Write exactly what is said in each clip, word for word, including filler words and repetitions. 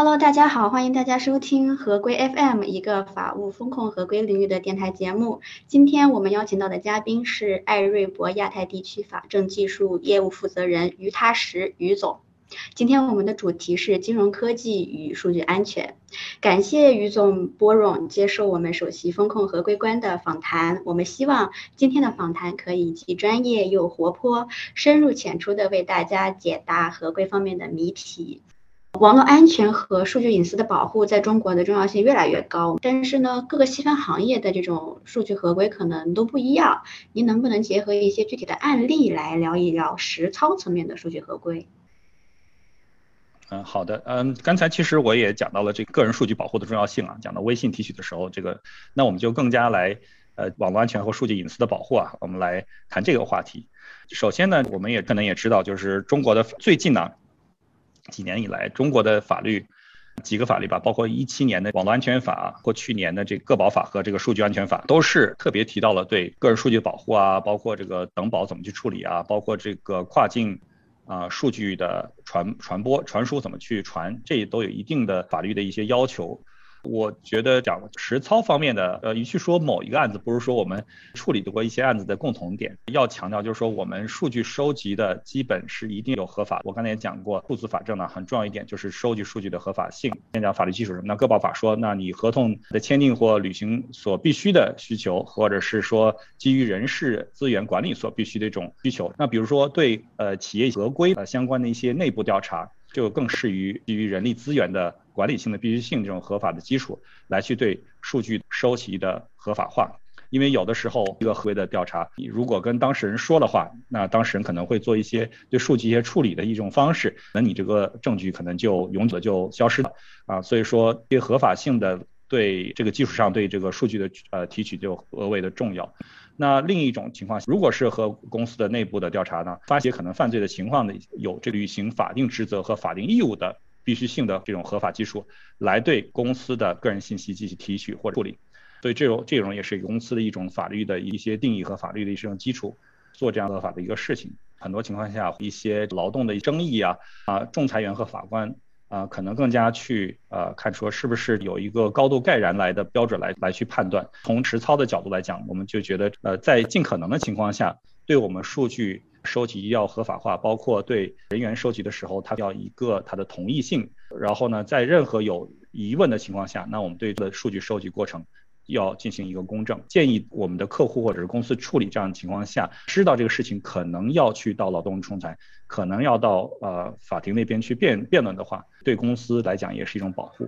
Hello，大家好，欢迎大家收听合规 F M， 一个法务风控合规领域的电台节目。今天我们邀请到的嘉宾是艾瑞博亚太地区法政技术业务负责人于踏实于总。今天我们的主题是金融科技与数据安全。感谢于总拨冗接受我们首席风控合规官的访谈。我们希望今天的访谈可以既专业又活泼，深入浅出的为大家解答合规方面的谜题。网络安全和数据隐私的保护在中国的重要性越来越高，但是呢，各个细分行业的这种数据合规可能都不一样。您能不能结合一些具体的案例来聊一聊实操层面的数据合规？ 嗯，好的，嗯，刚才其实我也讲到了这个个人数据保护的重要性啊，讲到微信提取的时候，这个，那我们就更加来，呃，网络安全和数据隐私的保护啊，我们来谈这个话题。首先呢，我们也可能也知道，就是中国的最近呢几年以来，中国的法律几个法律吧，包括一七年的网络安全法或去年的这个个保法和这个数据安全法，都是特别提到了对个人数据保护啊，包括这个等保怎么去处理啊，包括这个跨境。啊、呃，数据的传传播、传输怎么去传，这都有一定的法律的一些要求。我觉得讲实操方面的，呃，与其说某一个案子，不是说我们处理过一些案子的共同点，要强调就是说我们数据收集的基本是一定有合法。我刚才也讲过，数字法政呢很重要一点就是收集数据的合法性。先讲法律基础什么？那个保法说，那你合同的签订或履行所必须的需求，或者是说基于人事资源管理所必须的一种需求。那比如说对呃企业合规呃相关的一些内部调查，就更适于基于人力资源的管理性的必须性这种合法的基础来去对数据收集的合法化。因为有的时候这个合规的调查，如果跟当事人说的话，那当事人可能会做一些对数据一些处理的一种方式，那你这个证据可能就永久就消失了啊。所以说对合法性的对这个基础上对这个数据的呃提取就额外的重要。那另一种情况，如果是和公司的内部的调查呢，发现可能犯罪的情况的有这个履行法定职责和法定义务的必须性的这种合法基础，来对公司的个人信息进行提取或者处理。所以这种这种也是公司的一种法律的一些定义和法律的一种基础，做这样合法的一个事情。很多情况下，一些劳动的争议啊啊，仲裁员和法官啊，可能更加去呃看说是不是有一个高度盖然来的标准来来去判断。从实操的角度来讲，我们就觉得呃在尽可能的情况下，对我们数据收集要合法化，包括对人员收集的时候，它要一个它的同意性。然后呢，在任何有疑问的情况下，那我们对这个数据收集过程要进行一个公证。建议我们的客户或者是公司处理这样的情况下，知道这个事情可能要去到劳动仲裁，可能要到呃法庭那边去辩辩论的话，对公司来讲也是一种保护。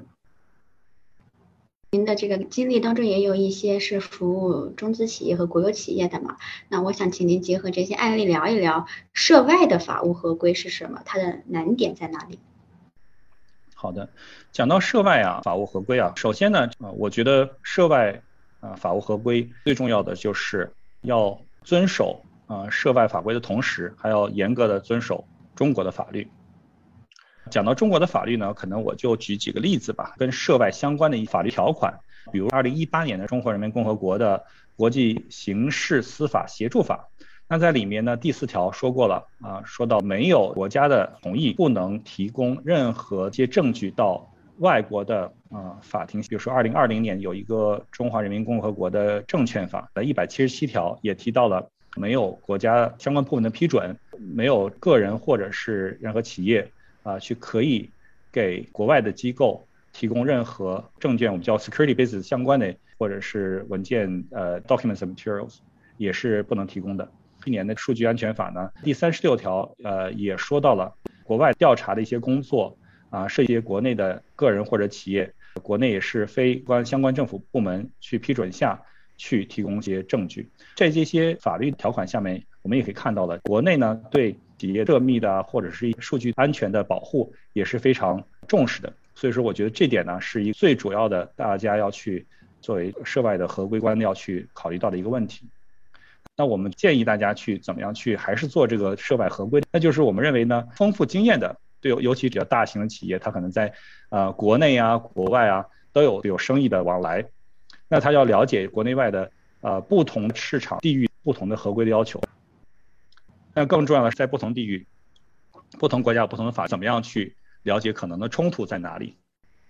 您的这个经历当中也有一些是服务中资企业和国有企业的嘛？那我想请您结合这些案例聊一聊涉外的法务合规是什么，它的难点在哪里？ 好的，讲到涉外啊法务合规啊，首先呢，呃，我觉得涉外啊法务合规最重要的就是要遵守啊涉外法规的同时，还要严格的遵守中国的法律。讲到中国的法律呢，可能我就举几个例子吧，跟涉外相关的法律条款，比如二零一八年的中华人民共和国的国际刑事司法协助法。那在里面呢，第四条说过了啊，说到没有国家的同意，不能提供任何些证据到外国的啊法庭。比如说，二零二零年有一个中华人民共和国的证券法的一百七十七条也提到了，没有国家相关部门的批准，没有个人或者是任何企业啊去可以给国外的机构提供任何证券，我们叫 security basis 相关的或者是文件呃 documents and materials 也是不能提供的。去年的数据安全法呢，第三十六条呃也说到了国外调查的一些工作啊，涉及国内的个人或者企业，国内也是非关相关政府部门去批准下去提供一些证据。在这些法律条款下面，我们也可以看到了，国内呢对企业涉密的或者是数据安全的保护也是非常重视的。所以说，我觉得这点呢是一最主要的，大家要去作为涉外的合规官要去考虑到的一个问题。那我们建议大家去怎么样去还是做这个涉外合规，那就是我们认为呢，丰富经验的，对，尤其比较大型的企业，它可能在呃国内啊、国外啊都有有生意的往来，那他要了解国内外的呃不同市场地域不同的合规的要求。那更重要的是，在不同地域、不同国家、不同的法，怎么样去了解可能的冲突在哪里？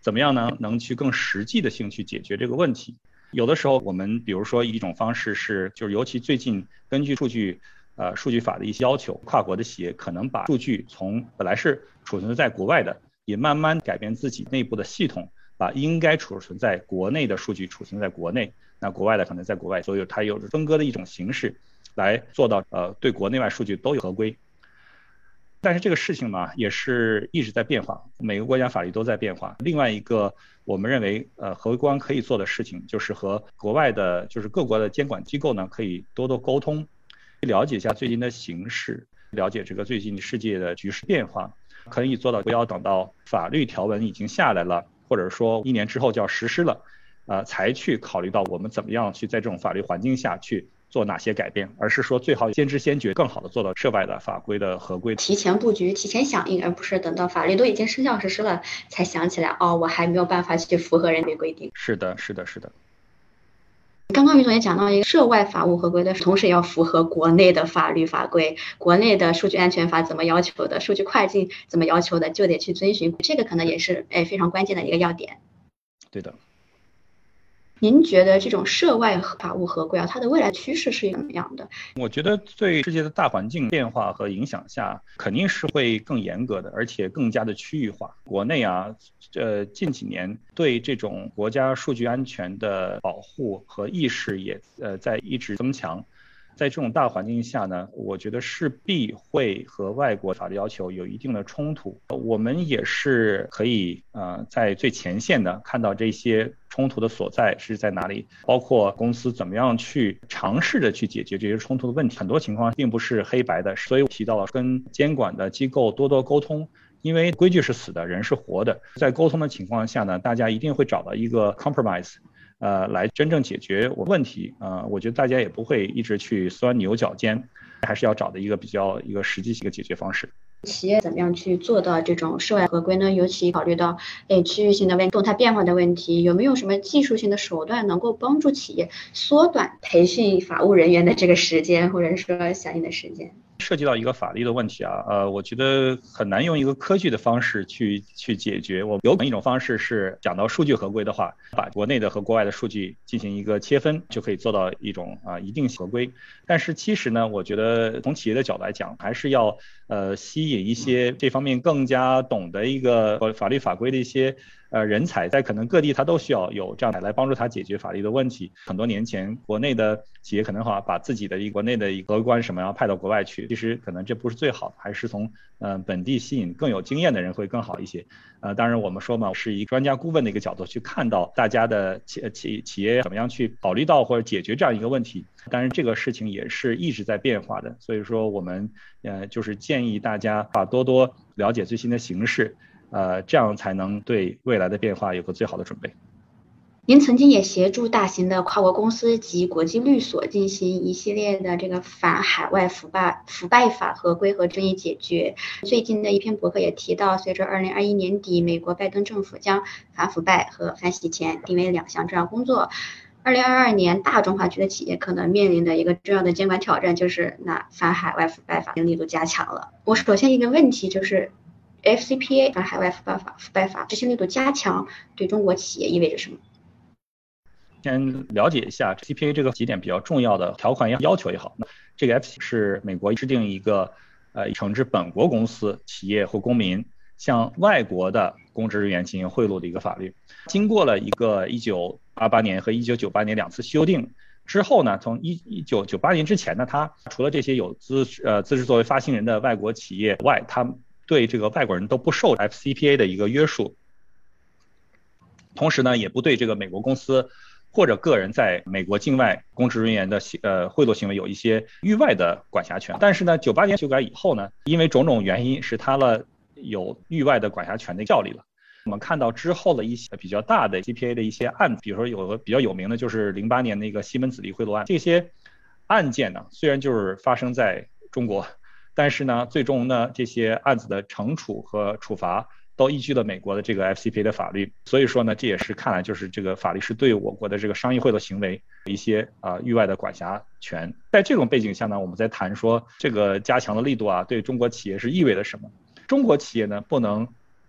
怎么样呢能去更实际的性去解决这个问题。有的时候我们比如说一种方式是，就是尤其最近根据数据呃数据法的一些要求，跨国的企业可能把数据从本来是储存在国外的，也慢慢改变自己内部的系统，把应该储存在国内的数据储存在国内，那国外的可能在国外，所以它有分割的一种形式来做到呃对国内外数据都有合规。但是这个事情嘛，也是一直在变化，每个国家法律都在变化。另外一个，我们认为，呃，合规官可以做的事情，就是和国外的，就是各国的监管机构呢，可以多多沟通，了解一下最近的形势，了解这个最近世界的局势变化，可以做到不要等到法律条文已经下来了，或者说一年之后就要实施了，呃，才去考虑到我们怎么样去在这种法律环境下去做哪些改变，而是说最好先知先觉，更好的做到涉外的法规的合规， 提前布局，提前响应，而不是等到法律都已经生效实施了才想起来，哦，我还没有办法去符合人家规定。 是的，是的，是的。 刚刚于总也讲到，一个涉外法务合规的同时也要符合国内的法律法规，国内的数据安全法怎么要求的，数据会计怎么要求的，就得去遵循，这个可能也是哎非常关键的一个要点。 对的。 您觉得这种涉外法务合规啊，它的未来趋势是怎么样的？ 我觉得对世界的大环境变化和影响下，肯定是会更严格的，而且更加的区域化。国内啊，呃，近几年对这种国家数据安全的保护和意识也呃在一直增强。在这种大环境下呢，我觉得势必会和外国法律要求有一定的冲突。我们也是可以呃在最前线的看到这些冲突的所在是在哪里，包括公司怎么样去尝试着去解决这些冲突的问题。很多情况并不是黑白的，所以我提到了跟监管的机构多多沟通。因为规矩是死的，人是活的，在沟通的情况下呢，大家一定会找到一个 compromise。呃，来真正解决我问题啊、呃，我觉得大家也不会一直去钻牛角尖，还是要找的一个比较一个实际性的解决方式。 企业怎么样去做到这种涉外合规呢？尤其考虑到诶区域性的问动态变化的问题，有没有什么技术性的手段能够帮助企业缩短培训法务人员的这个时间，或者说响应的时间？ 涉及到一个法律的问题啊，呃，我觉得很难用一个科技的方式去去解决。我有可能一种方式是讲到数据合规的话，把国内的和国外的数据进行一个切分，就可以做到一种啊一定合规。但是其实呢，我觉得从企业的角度来讲，还是要呃吸引一些这方面更加懂得一个法律法规的一些呃人才，在可能各地他都需要有这样来帮助他解决法律的问题。很多年前，国内的企业可能好把自己的一个国内的一个合规官什么要派到国外去，其实可能这不是最好的，还是从呃本地吸引更有经验的人会更好一些。呃，当然我们说嘛，是以专家顾问的一个角度去看到大家的企企企业怎么样去考虑到或者解决这样一个问题。当然这个事情也是一直在变化的，所以说我们呃就是建议大家啊多多了解最新的形势。呃，这样才能对未来的变化有个最好的准备。 您曾经也协助大型的跨国公司及国际律所进行一系列的这个反海外腐败腐败法合规和争议解决。最近的一篇博客也提到，随着二零二一年底美国拜登政府将反腐败和反洗钱定为两项重要工作，二零二二年大中华区的企业可能面临的一个重要的监管挑战就是那反海外腐败法力度加强了。我首先一个问题就是F C P A 反海外腐败法腐败法执行力度加强对中国企业意味着什么？ 先了解一下 C P A 这个几点比较重要的条款要求也好，那这个 F C 是美国制定一个呃惩治本国公司、企业或公民向外国的公职人员进行贿赂的一个法律。经过了一个一九八八年和一九九八年两次修订之后呢，从一九九八年之前呢，它除了这些有资呃资质作为发行人的外国企业外，它对这个外国人都不受 F C P A 的一个约束，同时呢，也不对这个美国公司或者个人在美国境外公职人员的呃贿赂行为有一些域外的管辖权。但是呢，九八年修改以后呢，因为种种原因，使它了有域外的管辖权的效力了。我们看到之后的一些比较大的 C P A 的一些案子，比如说有个比较有名的就是零八年那个西门子利贿赂案，这些案件呢，虽然就是发生在中国，但是呢，最终呢，这些案子的惩处和处罚都依据了美国的这个 F C P A 的法律。所以说呢，这也是看来就是这个法律是对我国的这个商业贿赂行为一些啊、呃、域外的管辖权。在这种背景下呢，我们在谈说这个加强的力度啊，对中国企业是意味着什么？中国企业呢，不能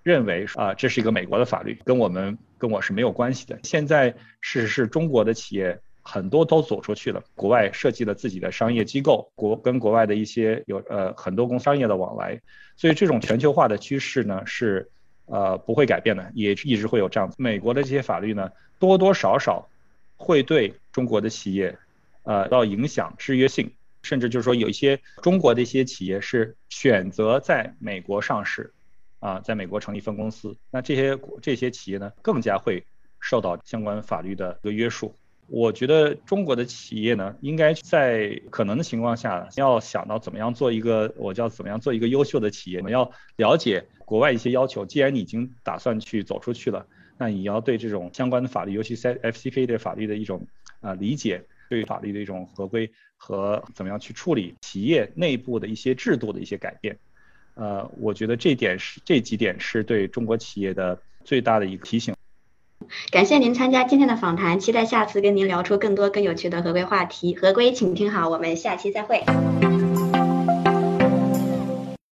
认为啊、呃、这是一个美国的法律，跟我们跟我是没有关系的。现在事实是中国的企业很多都走出去了，国外设计了自己的商业机构，国跟国外的一些有呃很多公商业的往来，所以这种全球化的趋势呢是呃不会改变的，也一直会有这样子。美国的这些法律呢多多少少会对中国的企业呃到影响制约性，甚至就是说有一些中国的一些企业是选择在美国上市啊，在美国成立分公司，那这些这些企业呢更加会受到相关法律的一个约束。我觉得中国的企业呢，应该在可能的情况下，要想到怎么样做一个，我叫怎么样做一个优秀的企业。我们要了解国外一些要求，既然你已经打算去走出去了，那你要对这种相关的法律，尤其是 F C P A 的法律的一种啊、呃、理解，对法律的一种合规和怎么样去处理企业内部的一些制度的一些改变。呃，我觉得这点是这几点是对中国企业的最大的一个提醒。 感谢您参加今天的访谈，期待下次跟您聊出更多更有趣的合规话题。合规请听好，我们下期再会。